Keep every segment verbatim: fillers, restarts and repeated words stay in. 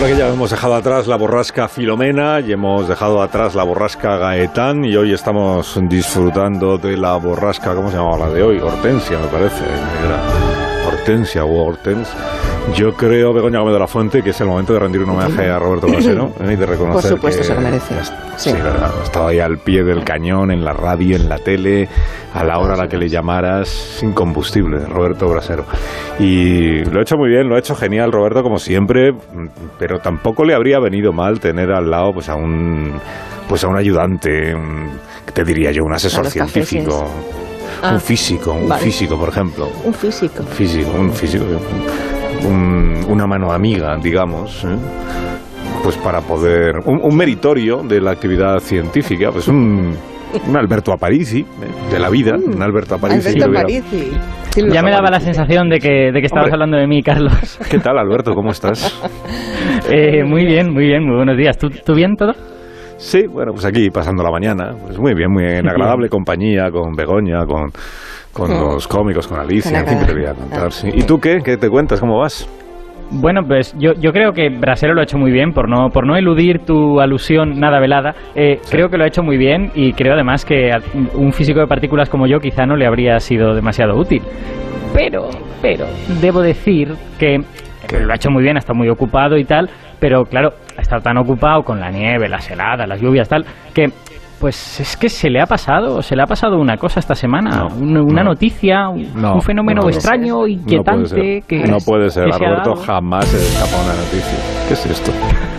ahora que ya hemos dejado atrás la borrasca Filomena y hemos dejado atrás la borrasca Gaetán y hoy estamos disfrutando de la borrasca, ¿cómo se llamaba la de hoy? Hortensia, me parece. Era Hortensia o Hortens. Yo creo, Begoña Gómez de la Fuente, que es el momento de rendir un homenaje a Roberto Brasero ¿eh? y de reconocer Por supuesto, que se lo merece. Sí, sí, verdad. Estaba ahí al pie del cañón, en la radio, en la tele, a la hora a la que le llamaras, sin combustible, Roberto Brasero. Y lo ha hecho muy bien, lo ha hecho genial, Roberto, como siempre, pero tampoco le habría venido mal tener al lado pues a un pues a un ayudante, un, te diría yo, un asesor científico. Ah, un físico, un vale. físico, por ejemplo. Un físico. Físico, un físico. Un, una mano amiga, digamos, ¿eh? Pues para poder... Un, un meritorio de la actividad científica, pues un, un Alberto Aparici, ¿eh? de la vida, mm, un Alberto Aparici. Alberto Aparici. Sí, ya me daba la sensación de que, de que estabas Hombre. hablando de mí, Carlos. ¿Qué tal, Alberto? ¿Cómo estás? eh, muy bien, muy bien, muy buenos días. ¿Tú, tú bien todo? Sí, bueno, pues aquí pasando la mañana, pues muy bien, muy en agradable compañía con Begoña, con, con sí. los cómicos, con Alicia, en fin, que te voy a contar. Sí. ¿Y tú qué? ¿Qué te cuentas? ¿Cómo vas? Bueno, pues yo, yo creo que Brasero lo ha hecho muy bien, por no, por no eludir tu alusión nada velada. Eh, sí. Creo que lo ha hecho muy bien y creo además que un físico de partículas como yo quizá no le habría sido demasiado útil. Pero, pero, debo decir que, que lo ha hecho muy bien, ha estado muy ocupado y tal, pero claro, ha estado tan ocupado con la nieve, las heladas, las lluvias, tal, que pues es que se le ha pasado, se le ha pasado una cosa esta semana, no, una, una no, noticia, un, no, un fenómeno no, extraño, no, inquietante. No puede ser, que no puede ser. que a Roberto jamás se le escapa una noticia. ¿Qué es esto?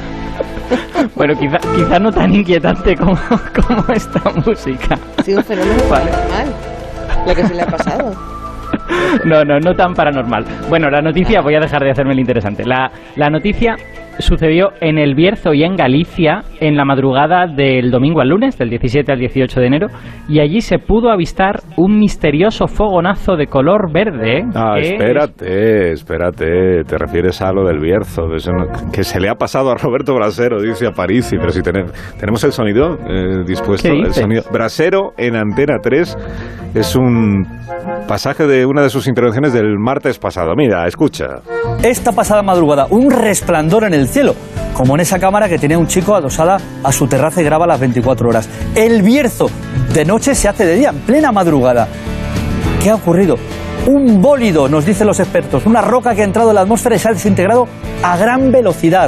Bueno, quizá, quizá no tan inquietante como, como esta música. Sí, un fenómeno vale. Paranormal, lo que se le ha pasado. No, no, no tan paranormal. Bueno, la noticia, voy a dejar de hacerme el interesante. La, la noticia sucedió en El Bierzo y en Galicia en la madrugada del domingo al lunes, del diecisiete al dieciocho de enero, y allí se pudo avistar un misterioso fogonazo de color verde. Ah, que... espérate, espérate, te refieres a lo del Bierzo, eso no, que se le ha pasado a Roberto Brasero, dice Aparici, pero si tenemos, tenemos el sonido eh, dispuesto, el sonido. Brasero en Antena tres es un pasaje de una de sus intervenciones del martes pasado. Mira, escucha. Esta pasada madrugada, un resplandor en el cielo, como en esa cámara que tiene un chico adosada a su terraza y graba las veinticuatro horas. El Bierzo de noche se hace de día, en plena madrugada. ¿Qué ha ocurrido? Un bólido, nos dicen los expertos, una roca que ha entrado en la atmósfera y se ha desintegrado a gran velocidad.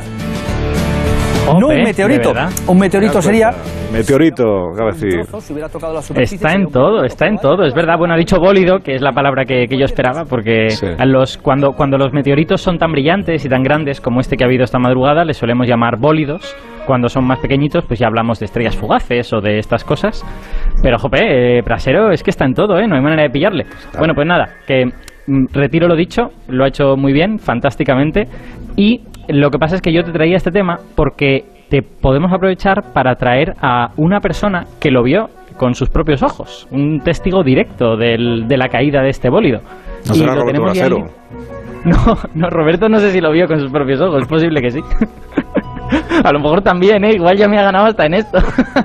Oh, no un meteorito, un meteorito sería... Meteorito, acaba de decir. Está en todo, está en todo, es verdad. Bueno, ha dicho bólido, que es la palabra que, que yo esperaba, porque sí. a los, cuando, cuando los meteoritos son tan brillantes y tan grandes como este que ha habido esta madrugada, les solemos llamar bólidos. Cuando son más pequeñitos, pues ya hablamos de estrellas fugaces o de estas cosas. Pero, jope, eh, Brasero es que está en todo, ¿eh? No hay manera de pillarle. Está bueno, pues nada, que mm, retiro lo dicho, lo ha hecho muy bien, fantásticamente. Y lo que pasa es que yo te traía este tema porque te podemos aprovechar para traer a una persona que lo vio con sus propios ojos, un testigo directo del, de la caída de este bólido. ¿No y será Roberto Brasero? No, no, Roberto no sé si lo vio con sus propios ojos, es posible que sí. A lo mejor también, ¿eh? Igual ya me ha ganado hasta en esto.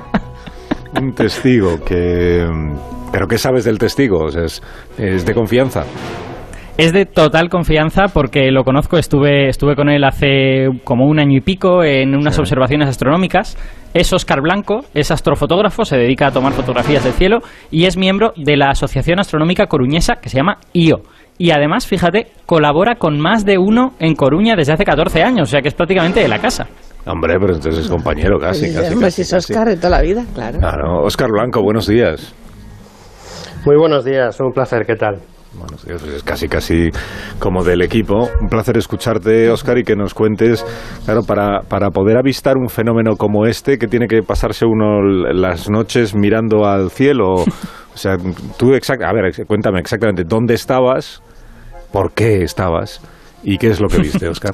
Un testigo que... ¿Pero qué sabes del testigo? O sea, es, es de confianza. Es de total confianza porque lo conozco, estuve estuve con él hace como un año y pico en unas sí. observaciones astronómicas. Es Óscar Blanco, es astrofotógrafo, se dedica a tomar fotografías del cielo y es miembro de la Asociación Astronómica Coruñesa que se llama I O. Y además, fíjate, colabora con más de uno en Coruña desde hace catorce años, o sea que es prácticamente de la casa. Hombre, pero entonces es compañero casi, pues, casi, pues casi. es Óscar de toda la vida, claro. Claro, Óscar Blanco, buenos días. Muy buenos días, un placer, ¿qué tal? Bueno, es casi casi como del equipo. Un placer escucharte, Óscar, y que nos cuentes, claro, para, para poder avistar un fenómeno como este, que tiene que pasarse uno las noches mirando al cielo. O sea, tú, exact, a ver, cuéntame exactamente dónde estabas, por qué estabas y qué es lo que viste, Óscar.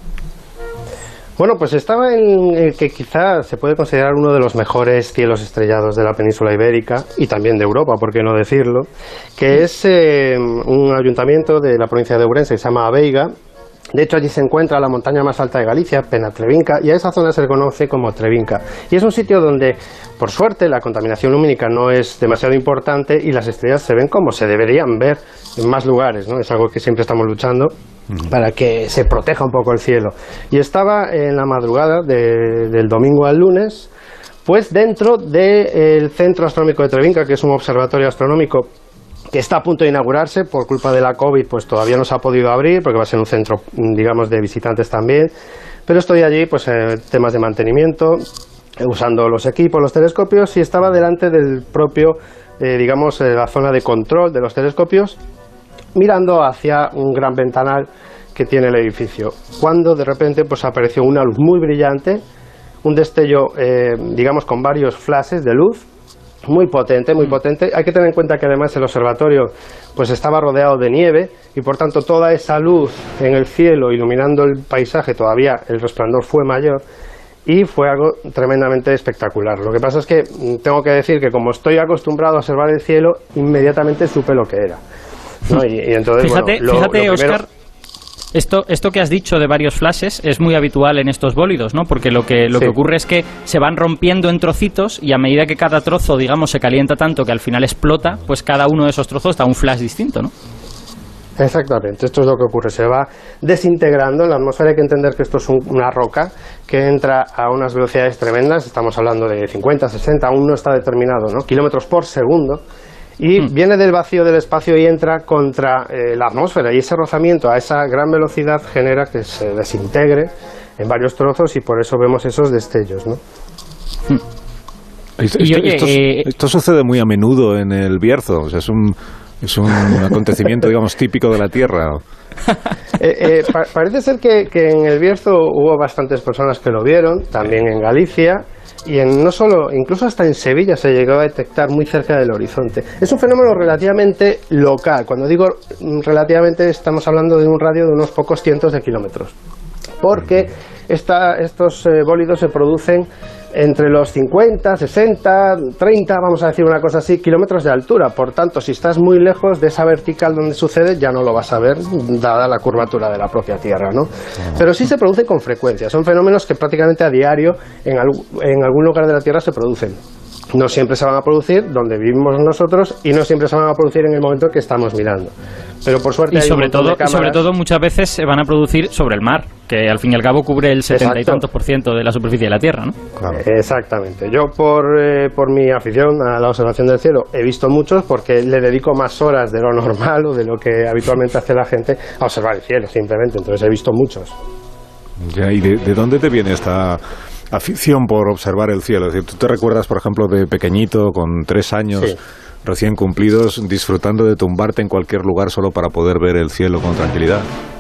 Bueno, pues estaba en el que quizá se puede considerar uno de los mejores cielos estrellados de la península ibérica y también de Europa, por qué no decirlo, que es eh, un ayuntamiento de la provincia de Ourense que se llama Aveiga De hecho, allí se encuentra la montaña más alta de Galicia, Penatrevinca, y a esa zona se le conoce como Trevinca. Y es un sitio donde, por suerte, la contaminación lumínica no es demasiado importante y las estrellas se ven como se deberían ver en más lugares, ¿no? Es algo que siempre estamos luchando para que se proteja un poco el cielo. Y estaba en la madrugada de, del domingo al lunes, pues dentro del Centro Astronómico de Trevinca, que es un observatorio astronómico que está a punto de inaugurarse. Por culpa de la COVID, pues todavía no se ha podido abrir, porque va a ser un centro, digamos, de visitantes también. Pero estoy allí, pues, en temas de mantenimiento, usando los equipos, los telescopios, y estaba delante del propio, eh, digamos, eh, la zona de control de los telescopios, mirando hacia un gran ventanal que tiene el edificio, cuando de repente pues apareció una luz muy brillante, un destello, eh, digamos, con varios flashes de luz, muy potente, muy potente. Hay que tener en cuenta que además el observatorio pues estaba rodeado de nieve y por tanto toda esa luz en el cielo iluminando el paisaje, todavía el resplandor fue mayor y fue algo tremendamente espectacular. Lo que pasa es que tengo que decir que como estoy acostumbrado a observar el cielo, inmediatamente supe lo que era, ¿no? y, y entonces, fíjate, bueno, lo, fíjate, lo primero... Óscar, Esto, esto que has dicho de varios flashes es muy habitual en estos bólidos, ¿no? Porque lo que, lo sí. que ocurre es que se van rompiendo en trocitos y a medida que cada trozo, digamos, se calienta tanto que al final explota, pues cada uno de esos trozos da un flash distinto, ¿no? Exactamente, esto es lo que ocurre, se va desintegrando en la atmósfera. Hay que entender que esto es un, una roca que entra a unas velocidades tremendas, estamos hablando de cincuenta, sesenta, aún no está determinado, ¿no? Kilómetros por segundo. Y mm. viene del vacío del espacio y entra contra eh, la atmósfera, y ese rozamiento a esa gran velocidad genera que se desintegre en varios trozos y por eso vemos esos destellos, ¿no? Mm. Esto, esto, oye, esto, eh, esto sucede muy a menudo en el Bierzo, o sea, es un, es un acontecimiento, digamos, típico de la Tierra. eh, eh, pa parece ser que, que en el Bierzo hubo bastantes personas que lo vieron, también en Galicia. Y en, no solo, incluso hasta en Sevilla se llegó a detectar muy cerca del horizonte. Es un fenómeno relativamente local. Cuando digo relativamente, estamos hablando de un radio de unos pocos cientos de kilómetros. Porque esta, estos eh, bólidos se producen entre los cincuenta, sesenta, treinta, vamos a decir una cosa así, kilómetros de altura. Por tanto, si estás muy lejos de esa vertical donde sucede, ya no lo vas a ver, dada la curvatura de la propia Tierra, ¿no? Pero sí se produce con frecuencia. Son fenómenos que prácticamente a diario en, al, en algún lugar de la Tierra se producen. No siempre se van a producir donde vivimos nosotros y no siempre se van a producir en el momento que estamos mirando. Pero por suerte y hay sobre un montón todo de cámaras. Y sobre todo muchas veces se van a producir sobre el mar, que al fin y al cabo cubre el setenta y tantos por ciento de la superficie de la Tierra, ¿no? Claro. Exactamente. Yo por, eh, por mi afición a la observación del cielo he visto muchos porque le dedico más horas de lo normal o de lo que habitualmente hace la gente a observar el cielo, simplemente. Entonces he visto muchos. Ya, ¿y de, de dónde te viene esta afición por observar el cielo? Es decir, ¿tú te recuerdas, por ejemplo, de pequeñito, con tres años, sí, recién cumplidos, disfrutando de tumbarte en cualquier lugar solo para poder ver el cielo con tranquilidad?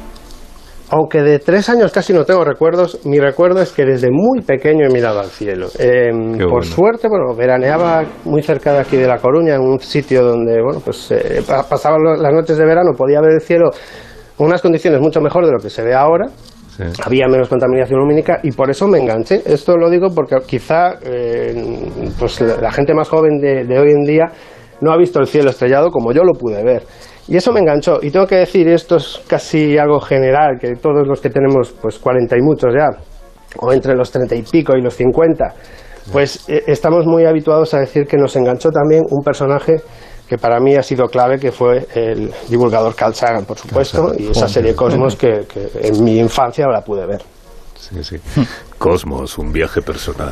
Aunque de tres años casi no tengo recuerdos, mi recuerdo es que desde muy pequeño he mirado al cielo. Eh, por bueno. suerte, bueno, veraneaba muy cerca de aquí de La Coruña, en un sitio donde, bueno, pues eh, pasaba las noches de verano, podía ver el cielo con unas condiciones mucho mejor de lo que se ve ahora. Sí. Había menos contaminación lumínica y por eso me enganché. Esto lo digo porque quizá eh, pues la gente más joven de, de hoy en día no ha visto el cielo estrellado como yo lo pude ver. Y eso me enganchó. Y tengo que decir, esto es casi algo general, que todos los que tenemos pues cuarenta y muchos ya, o entre los treinta y pico y los cincuenta, pues eh, estamos muy habituados a decir que nos enganchó también un personaje que para mí ha sido clave, que fue el divulgador Carl Sagan, por supuesto, y esa serie Cosmos que, que en mi infancia la pude ver. Sí, sí. Cosmos, un viaje personal.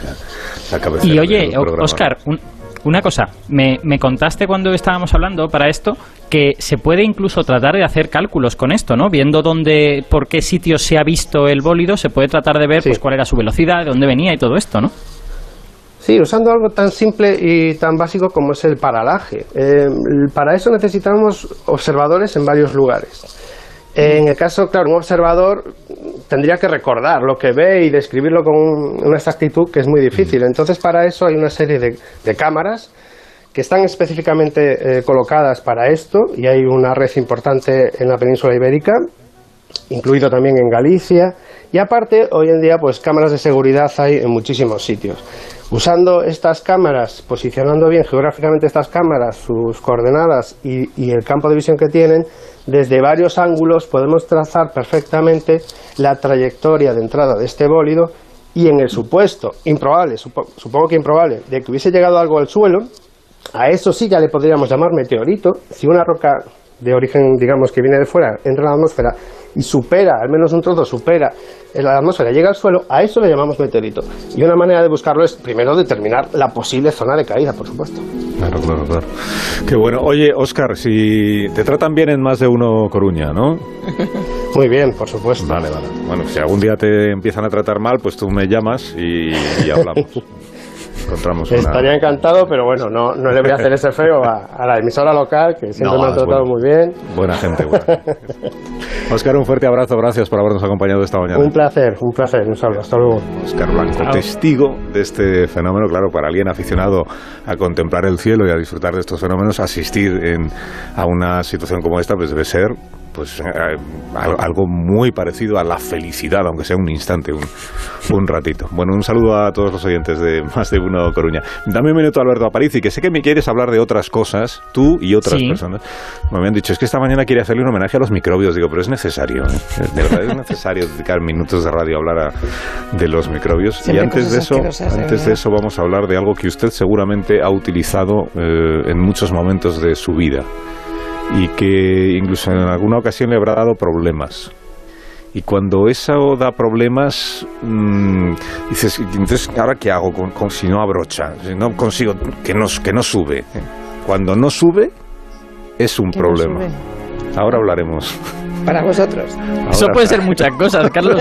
La y oye, Óscar, un, una cosa, me, me contaste cuando estábamos hablando para esto que se puede incluso tratar de hacer cálculos con esto, ¿no? Viendo dónde, por qué sitios se ha visto el bólido, se puede tratar de ver sí. pues cuál era su velocidad, de dónde venía y todo esto, ¿no? Sí, usando algo tan simple y tan básico como es el paralaje. Eh, para eso necesitamos observadores en varios lugares. En el caso, claro, un observador tendría que recordar lo que ve y describirlo con una exactitud que es muy difícil. Entonces, para eso hay una serie de, de cámaras que están específicamente eh, colocadas para esto, y hay una red importante en la península ibérica, incluido también en Galicia Y aparte, hoy en día, pues cámaras de seguridad hay en muchísimos sitios. Usando estas cámaras, posicionando bien geográficamente estas cámaras, sus coordenadas y, y el campo de visión que tienen, desde varios ángulos podemos trazar perfectamente la trayectoria de entrada de este bólido, y en el supuesto improbable, supo, supongo que improbable, de que hubiese llegado algo al suelo, a eso sí ya le podríamos llamar meteorito. Si una roca de origen, digamos, que viene de fuera, entra en la atmósfera y supera, al menos un trozo supera en la atmósfera, llega al suelo, a eso le llamamos meteorito. Y una manera de buscarlo es, primero, determinar la posible zona de caída, por supuesto. Claro, claro, claro. Qué bueno. Oye, Óscar, si te tratan bien en Más de Uno Coruña, ¿no? Muy bien, por supuesto. Vale, vale. Bueno, si algún día te empiezan a tratar mal, pues tú me llamas y, y hablamos. Encontramos una... Estaría encantado, pero bueno, no, no le voy a hacer ese feo a, a la emisora local, que siempre no, me han tratado bueno. muy bien. Buena gente, buena gente. Óscar, un fuerte abrazo, gracias por habernos acompañado esta mañana. Un placer, un placer, un saludo, hasta luego. Óscar Blanco, Chao. Testigo de este fenómeno, claro, para alguien aficionado a contemplar el cielo y a disfrutar de estos fenómenos, asistir en, a una situación como esta, pues debe ser pues eh, algo muy parecido a la felicidad, aunque sea un instante, un, un ratito. Bueno, un saludo a todos los oyentes de Más de Uno Coruña. Dame un minuto, Alberto Aparici, que sé que me quieres hablar de otras cosas, tú y otras sí. personas. Me han dicho, es que esta mañana quiere hacerle un homenaje a los microbios. Digo, pero es necesario, ¿eh? De verdad es necesario dedicar minutos de radio a hablar a, de los microbios. Siempre y antes de eso, antes de eso vamos a hablar de algo que usted seguramente ha utilizado eh, en muchos momentos de su vida, y que incluso en alguna ocasión le habrá dado problemas. Y cuando eso da problemas, mmm, dices, entonces, ¿ahora qué hago con, con si no abrocha? Si no consigo, que no, que no sube. Cuando no sube, es un problema. No Ahora hablaremos. Para vosotros. Ahora, eso puede ser muchas cosas, Carlos.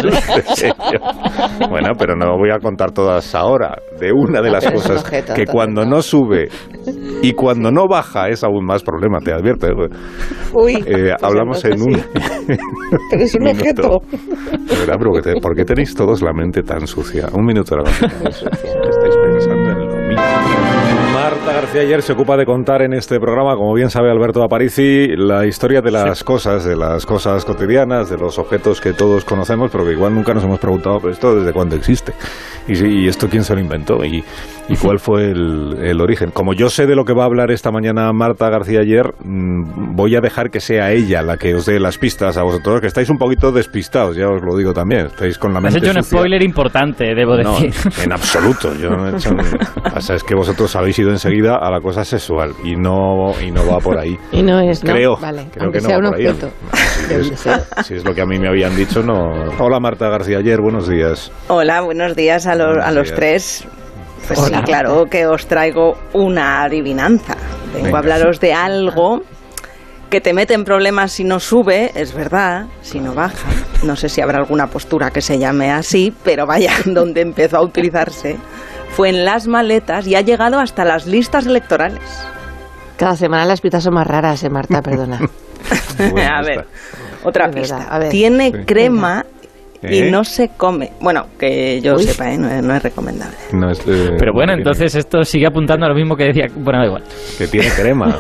Bueno, pero no voy a contar todas ahora. De una de las pero cosas objeto, que cuando no sube y cuando no baja es aún más problema, te advierto. Uy, eh, pues hablamos en un... pero es un objeto. ¿Verdad? Pero ¿por qué tenéis todos la mente tan sucia? Un minuto de la mente. Estáis pensando en lo mismo. Marta García Ayer se ocupa de contar en este programa, como bien sabe Alberto Aparici, la historia de las sí. cosas, de las cosas cotidianas, de los objetos que todos conocemos, pero que igual nunca nos hemos preguntado, pero esto desde cuándo existe, y, y esto quién se lo inventó, y, y cuál fue el, el origen. Como yo sé de lo que va a hablar esta mañana Marta García Ayer, mmm, voy a dejar que sea ella la que os dé las pistas a vosotros, que estáis un poquito despistados, ya os lo digo también, estáis con la mente Has hecho sucia. Un spoiler importante, debo decir. No, en absoluto, yo no he hecho un... O sea, es que vosotros habéis ido enseguida a la cosa sexual y no y no va por ahí. Y no es, ¿no? Creo, vale. creo Aunque que no sea va un por ahí. objeto. Si es, si es lo que a mí me habían dicho, no. Hola Marta García Ayer, buenos días. Hola, buenos días a los, a los tres. Pues Hola. Sí, claro que os traigo una adivinanza. Vengo Venga, a hablaros sí. de algo que te mete en problemas si no sube, es verdad, si no baja. No sé si habrá alguna postura que se llame así, pero vaya, donde empezó a utilizarse fue en las maletas y ha llegado hasta las listas electorales. Cada semana las pistas son más raras, eh, Marta, perdona. Bueno, a ver, otra pista. Verdad, a ver. Tiene sí. crema ¿Eh? y no se come. Bueno, que yo Uy. sepa, ¿eh? no, es, no es recomendable. No es, eh, Pero bueno, tiene... entonces esto sigue apuntando a lo mismo que decía. Bueno, da igual. Que tiene crema.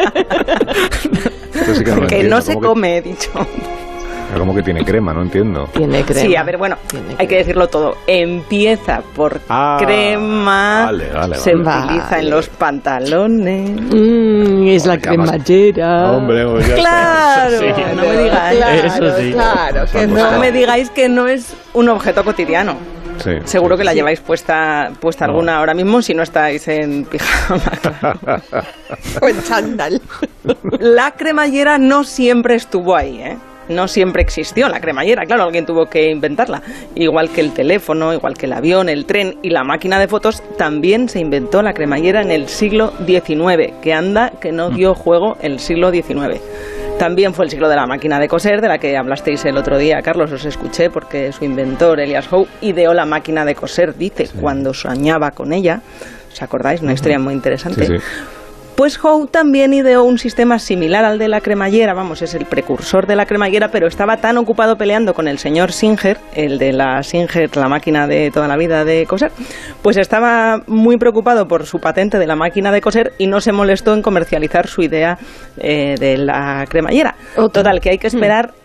sí que no, que no se come, que... he dicho. ¿Cómo que tiene crema? No entiendo. Tiene crema. Sí, a ver, bueno, tiene hay crema. Que decirlo todo. Empieza por ah, crema, vale, vale, se vale. utiliza vale. en los pantalones. Mm, es la cremallera. Hombre, pues ya claro, está. Sí, no me digáis. Claro, eso sí. Claro, que no. no me digáis que no es un objeto cotidiano. Sí, Seguro sí, que la sí. lleváis puesta puesta no. alguna ahora mismo si no estáis en pijama. Claro. O en chándal. La cremallera no siempre estuvo ahí, ¿eh? No siempre existió la cremallera, claro, alguien tuvo que inventarla. Igual que el teléfono, igual que el avión, el tren y la máquina de fotos, también se inventó la cremallera en el siglo diecinueve, que anda, que no dio juego el siglo diecinueve. También fue el siglo de la máquina de coser, de la que hablasteis el otro día, Carlos, os escuché, porque su inventor, Elias Howe, ideó la máquina de coser, dice, sí. cuando soñaba con ella. ¿Os acordáis? Una uh-huh. historia muy interesante. Sí, sí. Pues Howe también ideó un sistema similar al de la cremallera, vamos, es el precursor de la cremallera, pero estaba tan ocupado peleando con el señor Singer, el de la Singer, la máquina de toda la vida de coser, pues estaba muy preocupado por su patente de la máquina de coser y no se molestó en comercializar su idea eh, de la cremallera. Otra. Total, que hay que esperar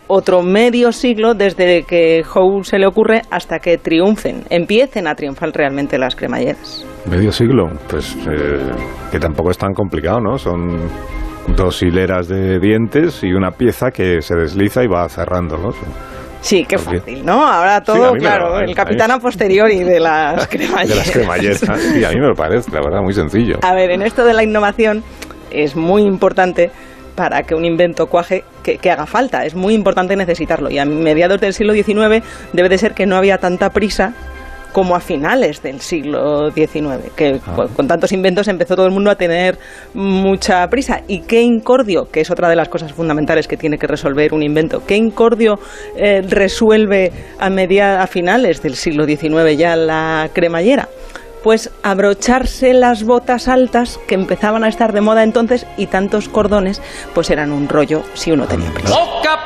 otro medio siglo desde que Howe se le ocurre hasta que triunfen, empiecen a triunfar realmente las cremalleras. Medio siglo, pues eh, que tampoco es tan complicado, ¿no? Son dos hileras de dientes y una pieza que se desliza y va cerrándolos. Sí, qué fácil, ¿no? Ahora todo, sí, claro, el capitán a posteriori de las cremalleras. De las cremalleras, sí, a mí me lo parece, la verdad, muy sencillo. A ver, en esto de la innovación es muy importante para que un invento cuaje que, que haga falta, es muy importante necesitarlo. Y a mediados del siglo diecinueve debe de ser que no había tanta prisa como a finales del siglo diecinueve, que ah. con, con tantos inventos empezó todo el mundo a tener mucha prisa. Y qué incordio, que es otra de las cosas fundamentales que tiene que resolver un invento, qué incordio eh, resuelve a, media, a finales del siglo diecinueve ya la cremallera. Pues abrocharse las botas altas que empezaban a estar de moda entonces, y tantos cordones, pues eran un rollo si uno tenía prisa.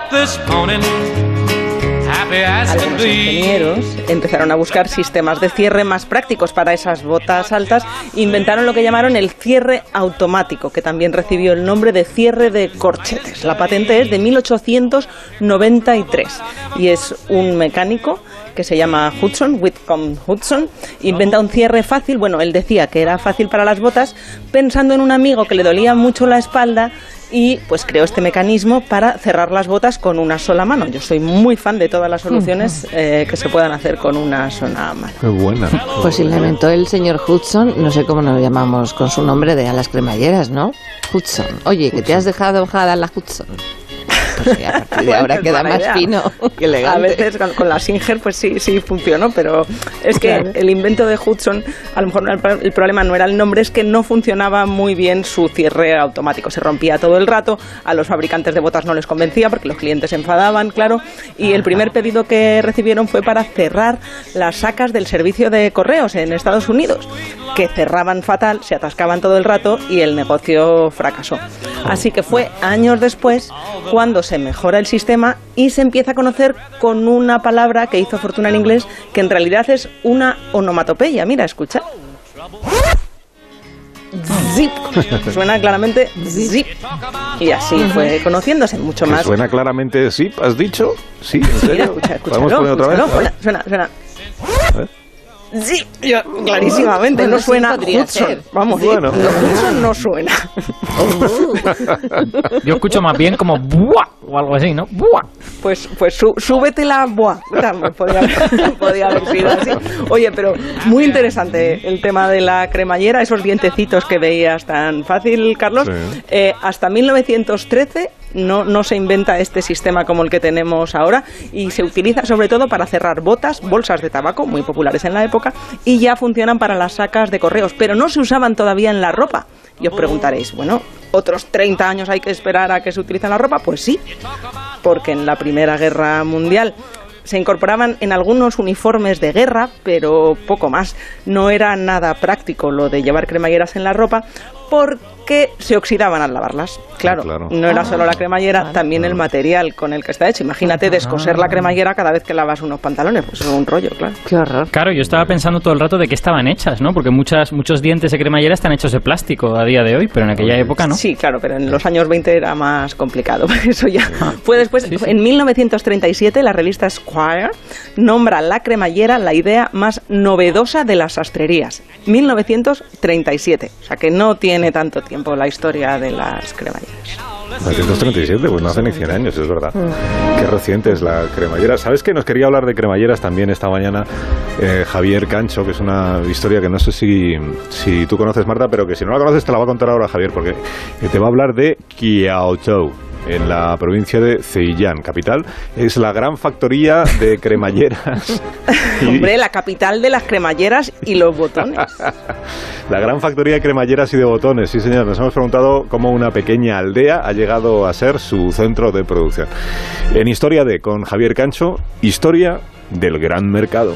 Algunos ingenieros empezaron a buscar sistemas de cierre más prácticos para esas botas altas. Inventaron lo que llamaron el cierre automático, que también recibió el nombre de cierre de corchetes. La patente es de mil ochocientos noventa y tres y es un mecánico que se llama Hudson, Whitcomb Hudson, inventa un cierre fácil. Bueno, él decía que era fácil para las botas pensando en un amigo que le dolía mucho la espalda, y pues creó este mecanismo para cerrar las botas con una sola mano. Yo soy muy fan de todas las soluciones eh, que se puedan hacer con una sola mano. Qué buena. Pues si la inventó el señor Hudson, no sé cómo nos llamamos con su nombre de a las cremalleras, ¿no? Hudson. Oye, que te has dejado hojada la Hudson. Pues ya, a partir de ahora queda más idea. Fino y elegante. A veces con, con la Singer pues sí, sí funcionó, pero es que claro, el invento de Hudson, a lo mejor el problema no era el nombre, es que no funcionaba muy bien su cierre automático, se rompía todo el rato, a los fabricantes de botas no les convencía porque los clientes se enfadaban, claro, y el primer pedido que recibieron fue para cerrar las sacas del servicio de correos en Estados Unidos, que cerraban fatal, se atascaban todo el rato y el negocio fracasó. Así que fue años después cuando se mejora el sistema y se empieza a conocer con una palabra que hizo fortuna en inglés, que en realidad es una onomatopeya. Mira, escucha. Zip. Suena claramente zip. Y así fue conociéndose mucho más. ¿Suena claramente zip, has dicho? Sí, ¿en serio? Mira, escucha, escúchalo, ¿Podemos poner otra vez? Suena, suena, suena. A ver. Sí, yo, clarísimamente, bueno, no suena sí Hudson. Vamos, bueno. No, Hudson no suena. Yo escucho más bien como buah o algo así, ¿no? Buah. Pues, pues sú, súbete la buah. También podría, podría haber sido así. Oye, pero muy interesante el tema de la cremallera, esos dientecitos que veías tan fácil, Carlos. Sí. Eh, hasta mil novecientos trece no, no se inventa este sistema como el que tenemos ahora y se utiliza sobre todo para cerrar botas, bolsas de tabaco, muy populares en la época, y ya funcionan para las sacas de correos, pero no se usaban todavía en la ropa. Y os preguntaréis, bueno, ¿otros treinta años hay que esperar a que se utilice en la ropa? Pues sí, porque en la Primera Guerra Mundial se incorporaban en algunos uniformes de guerra, pero poco más. No era nada práctico lo de llevar cremalleras en la ropa, porque se oxidaban al lavarlas. Claro, sí, claro. No era solo la cremallera, claro, también claro, el material con el que está hecho. Imagínate descoser la cremallera cada vez que lavas unos pantalones, pues es un rollo, claro. Qué horror. Claro, yo estaba pensando todo el rato de qué estaban hechas, ¿no? Porque muchas, muchos dientes de cremallera están hechos de plástico a día de hoy, pero en aquella época no. Sí, claro, pero en los años veinte era más complicado. Eso ya fue después. Sí, sí. En mil novecientos treinta y siete la revista Esquire nombra la cremallera la idea más novedosa de las sastrerías. mil novecientos treinta y siete, o sea que no tiene tanto tiempo la historia de las cremalleras. mil novecientos treinta y siete, pues no hace ni cien años, es verdad. Mm. Qué reciente es la cremallera. ¿Sabes que nos quería hablar de cremalleras también esta mañana eh, Javier Cancho, que es una historia que no sé si, si tú conoces, Marta, pero que si no la conoces te la va a contar ahora Javier, porque te va a hablar de Qiaotou, en la provincia de Zhejiang, capital. Es la gran factoría de cremalleras. y... Hombre, la capital de las cremalleras y los botones. La gran factoría de cremalleras y de botones, sí señor. Nos hemos preguntado cómo una pequeña aldea ha llegado a ser su centro de producción. En Historia de, con Javier Cancho, historia del gran mercado.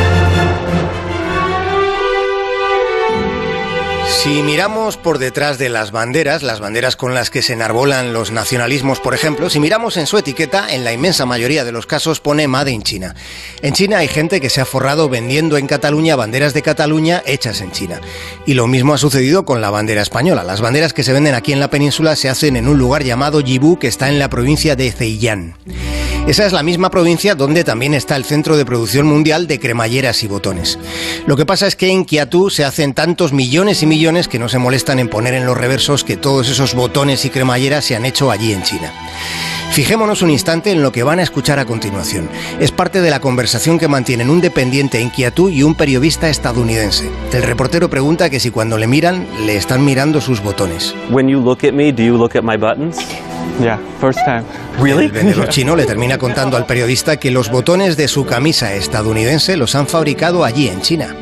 Si miramos por detrás de las banderas, las banderas con las que se enarbolan los nacionalismos, por ejemplo, si miramos en su etiqueta, en la inmensa mayoría de los casos pone Made in China. En China hay gente que se ha forrado vendiendo en Cataluña banderas de Cataluña hechas en China. Y lo mismo ha sucedido con la bandera española. Las banderas que se venden aquí en la península se hacen en un lugar llamado Yibu, que está en la provincia de Zhejiang. Esa es la misma provincia donde también está el centro de producción mundial de cremalleras y botones. Lo que pasa es que en Kiatú se hacen tantos millones y millones que no se molestan en poner en los reversos que todos esos botones y cremalleras se han hecho allí en China. Fijémonos un instante en lo que van a escuchar a continuación. Es parte de la conversación que mantienen un dependiente en Kiatú y un periodista estadounidense. El reportero pregunta que si cuando le miran, le están mirando sus botones. When you look at me, do you look at my buttons? Yeah, first time. Really? El vendedor chino le termina contando al periodista que los botones de su camisa estadounidense los han fabricado allí en China.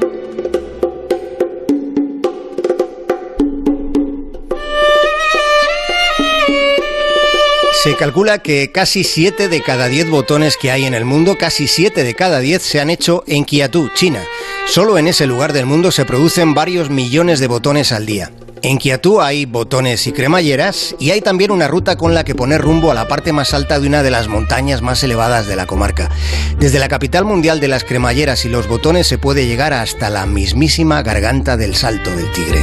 Se calcula que casi siete de cada diez botones que hay en el mundo, casi siete de cada diez se han hecho en Kiatú, China. Solo en ese lugar del mundo se producen varios millones de botones al día. En Kiatú hay botones y cremalleras y hay también una ruta con la que poner rumbo a la parte más alta de una de las montañas más elevadas de la comarca. Desde la capital mundial de las cremalleras y los botones se puede llegar hasta la mismísima garganta del Salto del Tigre.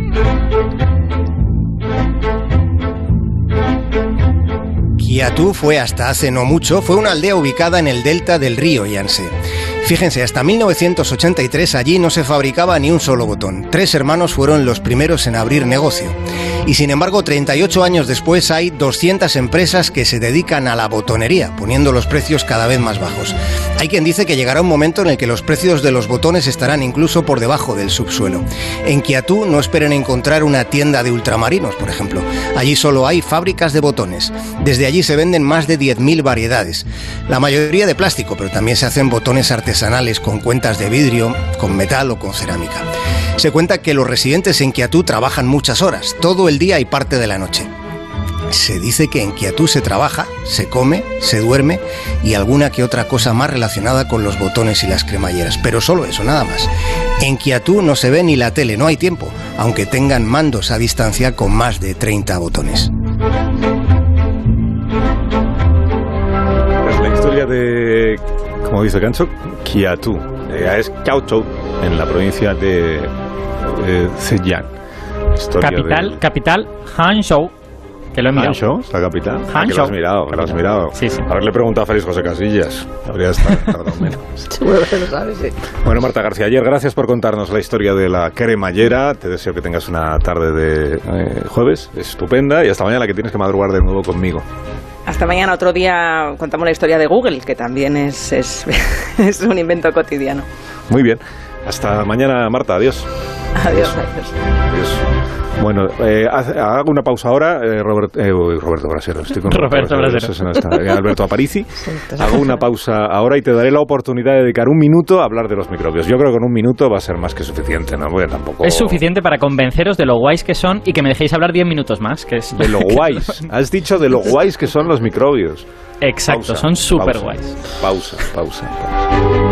Kiatú fue hasta hace no mucho, fue una aldea ubicada en el delta del río Yangtze. Fíjense, hasta mil novecientos ochenta y tres allí no se fabricaba ni un solo botón. Tres hermanos fueron los primeros en abrir negocio. Y sin embargo, treinta y ocho años después hay doscientas empresas que se dedican a la botonería, poniendo los precios cada vez más bajos. Hay quien dice que llegará un momento en el que los precios de los botones estarán incluso por debajo del subsuelo. En Kiatú no esperen encontrar una tienda de ultramarinos, por ejemplo. Allí solo hay fábricas de botones. Desde allí se venden más de diez mil variedades. La mayoría de plástico, pero también se hacen botones artesanales con cuentas de vidrio, con metal o con cerámica. Se cuenta que los residentes en Kiatú trabajan muchas horas, todo el día y parte de la noche. Se dice que en Kiatú se trabaja, se come, se duerme y alguna que otra cosa más relacionada con los botones y las cremalleras, pero solo eso, nada más. En Kiatú no se ve ni la tele, no hay tiempo, aunque tengan mandos a distancia con más de treinta botones. Es la historia de, como dice Cancho, Kiatú. Eh, es Kiautou, en la provincia de eh, Zhejiang. Historia capital, de... capital, Hangzhou. Que lo he mirado. ¿Hangzhou? ¿Es la capital? Hangzhou. Ah, que lo has mirado, que lo has mirado. Sí, sí. Haberle preguntado a Félix José Casillas. Habría tardado menos. Seguro que lo sabes, sí. Bueno, Marta García Ayer, gracias por contarnos la historia de la cremallera. Te deseo que tengas una tarde de eh, jueves estupenda y hasta mañana, que tienes que madrugar de nuevo conmigo. Hasta mañana, otro día contamos la historia de Google, que también es, es, es un invento cotidiano. Muy bien. Hasta mañana, Marta. Adiós. Adiós. Adiós. Adiós. Bueno, eh, hago una pausa ahora, eh, Robert, eh, Roberto Brasero, estoy con Roberto Brasero. Eso no está, eh, Alberto Aparici. Hago una pausa ahora y te daré la oportunidad de dedicar un minuto a hablar de los microbios. Yo creo que con un minuto va a ser más que suficiente, ¿no? Porque tampoco... Es suficiente para convenceros de lo guays que son y que me dejéis hablar diez minutos más, que es... De lo guays. Has dicho de lo guays que son los microbios. Exacto, Pausa, son súper pausa, guays. Pausa, pausa, pausa.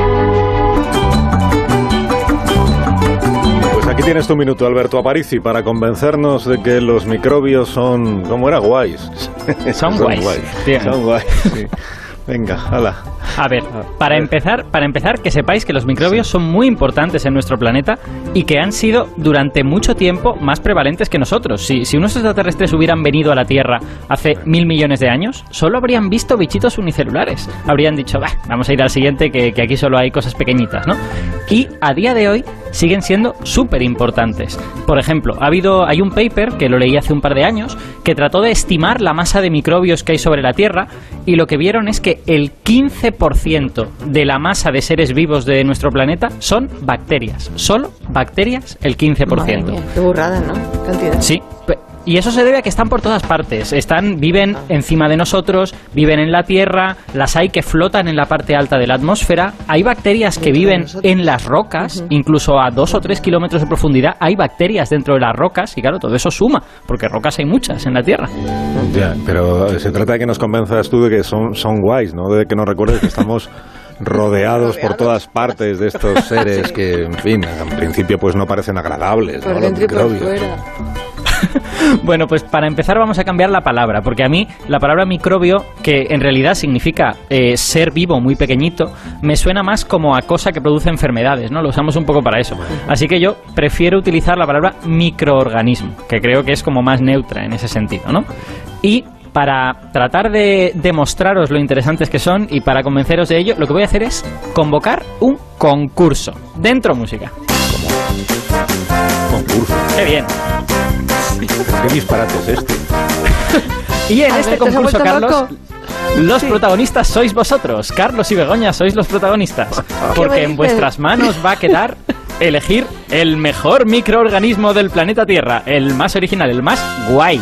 Aquí tienes tu minuto, Alberto Aparici, para convencernos de que los microbios son... ¿Cómo era? Guays. Son, son guays. guays. Son guays, sí. Venga, hala. A ver, para empezar, para empezar, que sepáis que los microbios son muy importantes en nuestro planeta y que han sido durante mucho tiempo más prevalentes que nosotros. Si, si unos extraterrestres hubieran venido a la Tierra hace mil millones de años, solo habrían visto bichitos unicelulares. Habrían dicho, bah, vamos a ir al siguiente, que, que aquí solo hay cosas pequeñitas, ¿no? Y a día de hoy siguen siendo súper importantes. Por ejemplo, ha habido, hay un paper que lo leí hace un par de años que trató de estimar la masa de microbios que hay sobre la Tierra y lo que vieron es que el quince por ciento de la masa de seres vivos de nuestro planeta son bacterias. Solo bacterias, el quince por ciento. Madre mía, qué burrada, ¿no? Cantidad. Sí. Y eso se debe a que están por todas partes. Están, viven encima de nosotros, viven en la Tierra, las hay que flotan en la parte alta de la atmósfera, hay bacterias que viven en las rocas, uh-huh. incluso a dos o tres kilómetros de profundidad hay bacterias dentro de las rocas, y claro, todo eso suma, porque rocas hay muchas en la Tierra. Ya, pero se trata de que nos convenzas tú de que son, son guays, ¿no? De que nos recuerdes que estamos... rodeados por todas partes de estos seres sí. que, en fin, en principio pues no parecen agradables, por ¿no? dentro y por fuera. Bueno, pues para empezar vamos a cambiar la palabra, porque a mí la palabra microbio, que en realidad significa eh, ser vivo muy pequeñito, me suena más como a cosa que produce enfermedades, ¿no? Lo usamos un poco para eso. Así que yo prefiero utilizar la palabra microorganismo, que creo que es como más neutra en ese sentido, ¿no? Y para tratar de demostraros lo interesantes que son y para convenceros de ello, lo que voy a hacer es convocar un concurso. Dentro música. Concurso. ¡Qué bien! ¿Qué disparate es este? Y en A este ver, ¿te has concurso, vuelto Carlos, loco? los Sí. protagonistas sois vosotros. Carlos y Begoña sois los protagonistas. Porque en vuestras manos va a quedar elegir el mejor microorganismo del planeta Tierra. El más original, el más guay.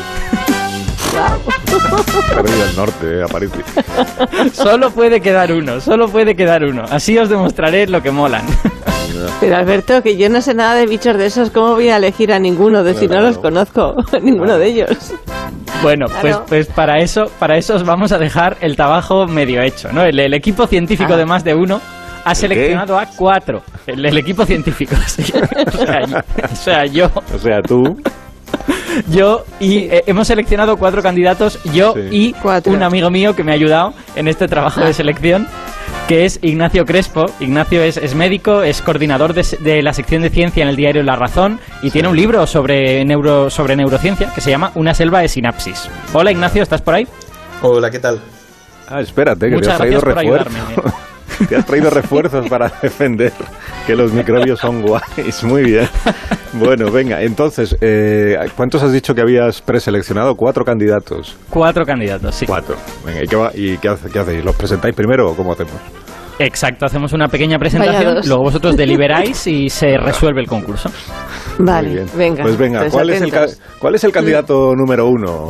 Perdido el norte, eh, aparece. Solo puede quedar uno, solo puede quedar uno. Así os demostraré lo que molan. Pero Alberto, que yo no sé nada de bichos de esos, ¿cómo voy a elegir a ninguno de si no los conozco? Ninguno de ellos. Bueno, Claro. pues, pues para eso, para eso os vamos a dejar el trabajo medio hecho, ¿no? El, el equipo científico Ah. de más de uno ha ¿El seleccionado a cuatro. El, el equipo científico, sí. O sea, yo, o sea, yo, O sea, tú... yo y eh, hemos seleccionado cuatro candidatos, yo Sí. y Cuatro. un amigo mío que me ha ayudado en este trabajo de selección, que es Ignacio Crespo. Ignacio es, es médico, es coordinador de, de la sección de ciencia en el diario La Razón y tiene un libro sobre, neuro, sobre neurociencia que se llama Una selva de sinapsis. Hola Ignacio, ¿estás por ahí? Hola, ¿qué tal? Ah, espérate, que Muchas te has traído gracias por refuerzos. ayudarme. Te has traído refuerzos para defender que los microbios son guays. Muy bien. Bueno, venga, entonces, eh, ¿cuántos has dicho que habías preseleccionado? Cuatro candidatos. Cuatro candidatos, sí. Cuatro. Venga, ¿y qué, va- y qué, hace- qué hacéis? ¿Los presentáis primero o cómo hacemos? Exacto, hacemos una pequeña Vaya presentación, dos. luego vosotros deliberáis y se resuelve el concurso. Muy Vale, bien. venga. Pues venga, pues ¿cuál es, el, ca- atentos. ¿cuál es el candidato número uno?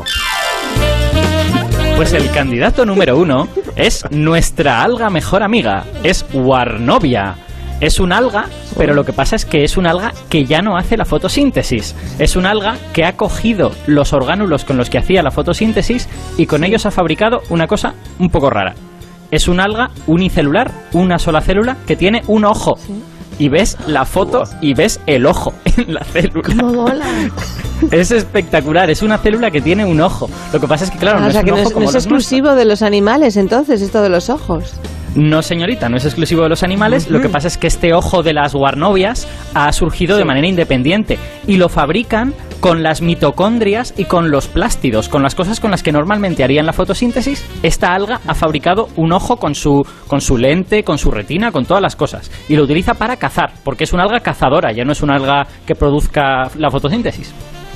Pues el candidato número uno es nuestra alga mejor amiga, es Warnovia. Es un alga, pero lo que pasa es que es un alga que ya no hace la fotosíntesis. Es un alga que ha cogido los orgánulos con los que hacía la fotosíntesis y con ellos ha fabricado una cosa un poco rara. Es un alga unicelular, una sola célula, que tiene un ojo. Y ves la foto y ves el ojo en la célula. ¿Cómo mola? Es espectacular, es una célula que tiene un ojo. Lo que pasa es que, claro, Ah, no o es sea, un que no ojo es, como no es los exclusivo de los animales, entonces, esto de los ojos. No, señorita, no es exclusivo de los animales. Lo que pasa es que este ojo de las Warnovias ha surgido de manera independiente y lo fabrican con las mitocondrias y con los plástidos, con las cosas con las que normalmente harían la fotosíntesis. Esta alga ha fabricado un ojo con su, con su lente, con su retina, con todas las cosas. Y lo utiliza para cazar, porque es una alga cazadora, ya no es una alga que produzca la fotosíntesis.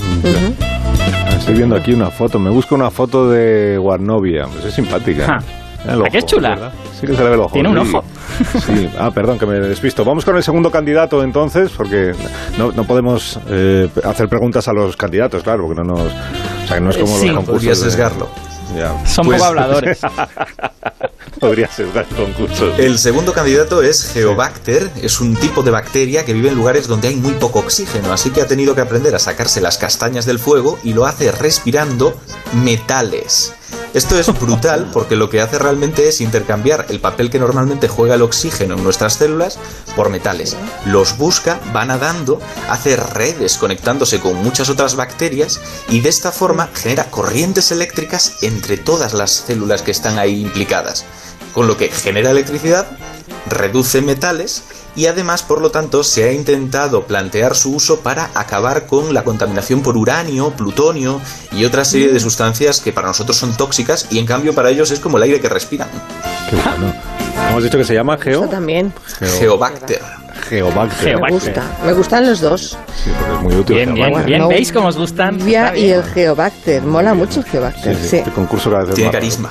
Ah, Estoy viendo aquí una foto. Me busco una foto de Warnovia. Pues es simpática. Ja. El ¿A qué es chula? ¿verdad? Sí que se le ve el ojo. Tiene un sí. ojo. Sí. Ah, perdón, que me despisto. Vamos con el segundo candidato entonces, porque no, no podemos eh, hacer preguntas a los candidatos, claro, porque no nos... O sea, que no es como Sí. los concursos Podría de- sesgarlo. Ya. Son Pues- poco habladores. Podría sesgar concursos. El segundo candidato es Geobacter, es un tipo de bacteria que vive en lugares donde hay muy poco oxígeno, así que ha tenido que aprender a sacarse las castañas del fuego y lo hace respirando metales. Esto es brutal porque lo que hace realmente es intercambiar el papel que normalmente juega el oxígeno en nuestras células por metales. Los busca, va nadando, hace redes conectándose con muchas otras bacterias y de esta forma genera corrientes eléctricas entre todas las células que están ahí implicadas. Con lo que genera electricidad, reduce metales y además, por lo tanto, se ha intentado plantear su uso para acabar con la contaminación por uranio, plutonio y otra serie de sustancias que para nosotros son tóxicas y en cambio para ellos es como el aire que respiran. Qué bueno. Hemos dicho que se llama Geo... Eso también. Geo- Geobacter. Geobacter. Me gusta. Me gustan los dos. Sí, porque es muy útil. Bien, bien, Geobacter. bien. No, ¿Veis cómo os gustan? Via Está y bien. el Geobacter. Mola mucho el Geobacter. Sí, sí, Sí. Este concurso cada vez es Tiene más- carisma.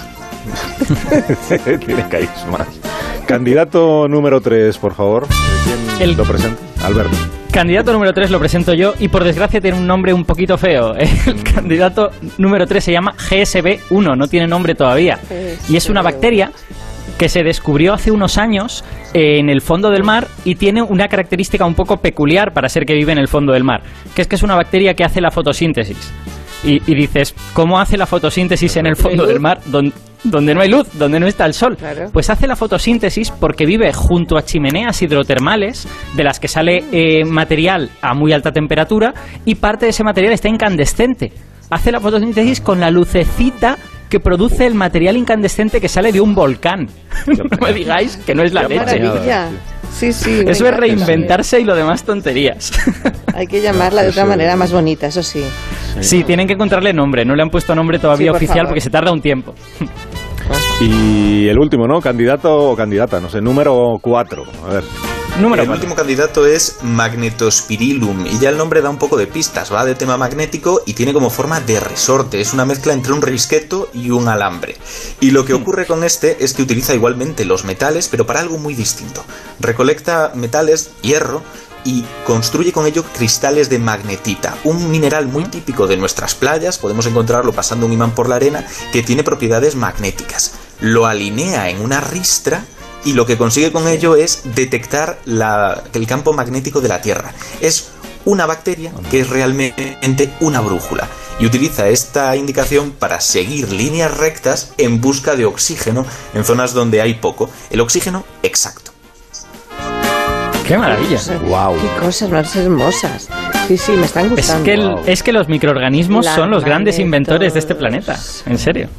Tiene carisma. Candidato número tres, por favor. ¿Quién El- lo presenta? Alberto. Candidato número tres lo presento yo y por desgracia tiene un nombre un poquito feo. El candidato número tres se llama G S B uno, no tiene nombre todavía. Y es una bacteria que se descubrió hace unos años en el fondo del mar y tiene una característica un poco peculiar para ser que vive en el fondo del mar, que es que es una bacteria que hace la fotosíntesis. Y, y dices, ¿cómo hace la fotosíntesis en el fondo del mar don- donde no hay luz, donde no está el sol? Claro. Pues hace la fotosíntesis porque vive junto a chimeneas hidrotermales de las que sale eh, material a muy alta temperatura y parte de ese material está incandescente. Hace la fotosíntesis con la lucecita que produce el material incandescente que sale de un volcán. No me digáis que no es la ¡Qué leche. maravilla! Sí, sí. Eso es reinventarse y lo demás tonterías. Hay que llamarla de otra manera más bonita, eso sí. Sí, tienen que encontrarle nombre. No le han puesto nombre todavía Sí, por oficial favor. porque se tarda un tiempo. Y el último, ¿no? Candidato o candidata, no sé, número cuatro. A ver. Número el cuatro. último candidato es Magnetospirillum y ya el nombre da un poco de pistas, va de tema magnético y tiene como forma de resorte, es una mezcla entre un risqueto y un alambre. Y lo que ocurre con este es que utiliza igualmente los metales, pero para algo muy distinto. Recolecta metales, hierro, y construye con ello cristales de magnetita, un mineral muy típico de nuestras playas, podemos encontrarlo pasando un imán por la arena, que tiene propiedades magnéticas. Lo alinea en una ristra y lo que consigue con ello es detectar la, el campo magnético de la Tierra. Es una bacteria que es realmente una brújula y utiliza esta indicación para seguir líneas rectas en busca de oxígeno en zonas donde hay poco, el oxígeno exacto. ¡Qué maravilla! Wow. Qué cosas más hermosas. Sí, sí, me están Es gustando. que, el- es que los microorganismos La son los grandes magnetos- inventores de este planeta. En serio.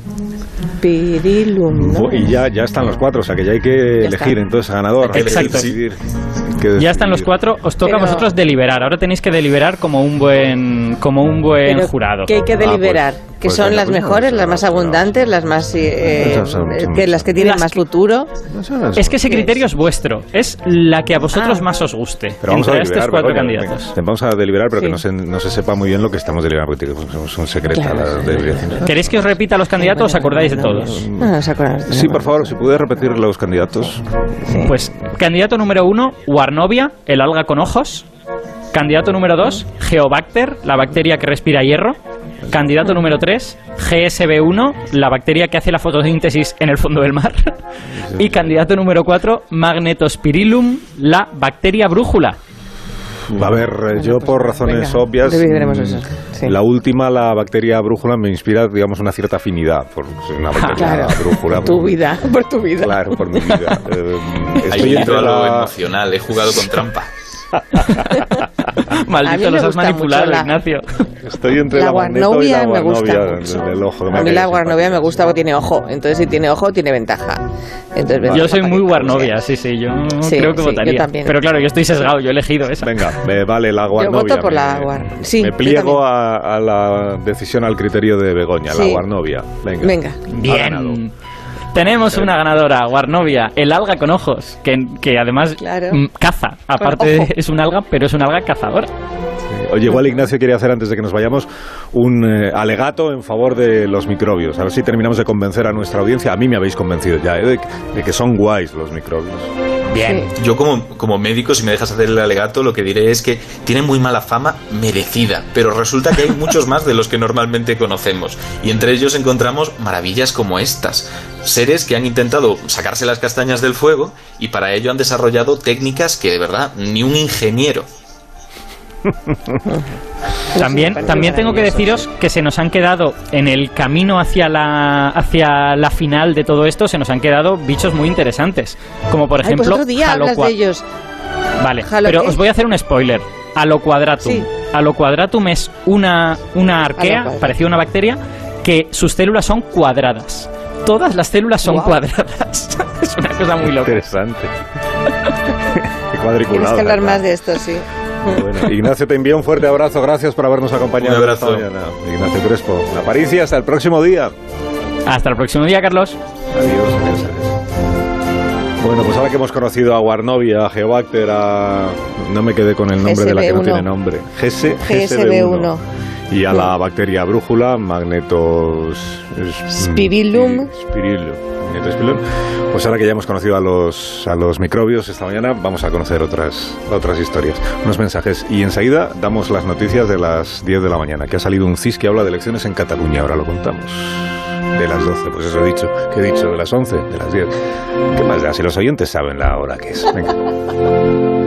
Pirilum, ¿no? Y ya, ya están los cuatro, o sea que ya hay que Ya elegir está. entonces a ganador. Hay que Exacto. decidir. Hay que Ya están los decidir. cuatro. Os toca Pero- a vosotros deliberar. Ahora tenéis que deliberar como un buen, como un buen Pero jurado. que hay que deliberar. pues- que pues son venga, las pues mejores, vamos a- las más vamos a- abundantes, las más eh, Esas son- eh, son- que las que tienen Las más que- futuro. Es que ese criterio es vuestro. Es la que a vosotros Ah. más os guste. Pero vamos a entre deliberar, estos cuatro Begoña, candidatos. venga, vamos a deliberar, pero Sí. que no se, no se sepa muy bien lo que estamos deliberando, porque son, son secretas Claro. las deliberaciones. ¿Queréis que os repita los candidatos o os acordáis de todos? No, no se acuerdan. Sí, por favor, si puedes repetir los candidatos. Pues candidato número uno, Warnovia, el alga con ojos. Candidato número dos, Geobacter, la bacteria que respira hierro. Candidato número tres, G S B uno, la bacteria que hace la fotosíntesis en el fondo del mar. Y candidato número cuatro, Magnetospirillum, la bacteria brújula. A ver, eh, yo por razones venga, obvias, dividiremos mm, eso, sí. la última, la bacteria brújula, me inspira, digamos, una cierta afinidad por una bacteria Claro, brújula. por tu vida, por tu vida. Claro, por mi vida. Eh, Hay estoy entre algo la... emocional, he jugado con trampa. A mí Maldito, me los has gusta manipulado, mucho la- Ignacio. Estoy entre La la, magneto y la guarnovia me gusta guarnovia mucho. del, del ojo. que me A mí cae la simpática. guarnovia me gusta porque tiene ojo. Entonces, si tiene ojo, tiene ventaja. Entonces, ventaja Yo soy para muy que Warnovia, cause. sí, sí, yo Sí, creo que sí, yo votaría. también. Pero claro, yo estoy sesgado, yo he elegido esa. Venga, me vale la Yo guarnovia. voto por me- la guar... Sí, me yo pliego también. a, a la decisión, al criterio de Begoña, la Sí. guarnovia. Venga. Venga. Ha ganado. Bien. Tenemos una ganadora, Warnovia, el alga con ojos, que, que además Claro. mm, caza. Aparte, ojo. es un alga, pero es un alga cazadora. Oye, igual Ignacio quiere hacer, antes de que nos vayamos, un eh, alegato en favor de los microbios. A ver si terminamos de convencer a nuestra audiencia. A mí me habéis convencido ya, ¿eh? de, de que son guays los microbios. Bien. Yo como, como médico, si me dejas hacer el alegato, lo que diré es que tienen muy mala fama merecida, pero resulta que hay muchos más de los que normalmente conocemos, y entre ellos encontramos maravillas como estas, seres que han intentado sacarse las castañas del fuego y para ello han desarrollado técnicas que de verdad ni un ingeniero. También, también tengo que deciros que se nos han quedado en el camino hacia la hacia la final de todo esto, se nos han quedado bichos muy interesantes, como por Ay, pues ejemplo otro día hablas Haloqua- de ellos. Vale, ¿Halo pero qué? os voy a hacer un spoiler. Aloquadratum. Sí. Aloquadratum es una, una arquea, Aloquadratum. parecida a una bacteria, que sus células son cuadradas. Todas las células son Guau. cuadradas. Es una cosa muy loca. Interesante. Qué Tienes cuadriculado. que hablar ¿verdad? más de esto, sí. Bueno, Ignacio, te envío un fuerte abrazo. Gracias por habernos acompañado. Un abrazo. esta mañana. Ignacio Crespo. Aparicia, hasta el próximo día. Hasta el próximo día, Carlos. Adiós, adiós, adiós. Bueno, pues ahora que hemos conocido a Warnovia, a Geobacter, a... no me quedé con el nombre de la que no G S B uno. tiene nombre. G S G S B uno. Y a la bacteria brújula, Magnetos... Spirillum. Spirillum. Magnetospirillum. Pues ahora que ya hemos conocido a los, a los microbios esta mañana, vamos a conocer otras, otras historias, unos mensajes. Y enseguida damos las noticias de las diez de la mañana, que ha salido un C I S que habla de elecciones en Cataluña. Ahora lo contamos. De las doce, pues eso he dicho. ¿Qué he dicho? De las once, de las diez. ¿Qué más da? Si los oyentes saben la hora que es. Venga.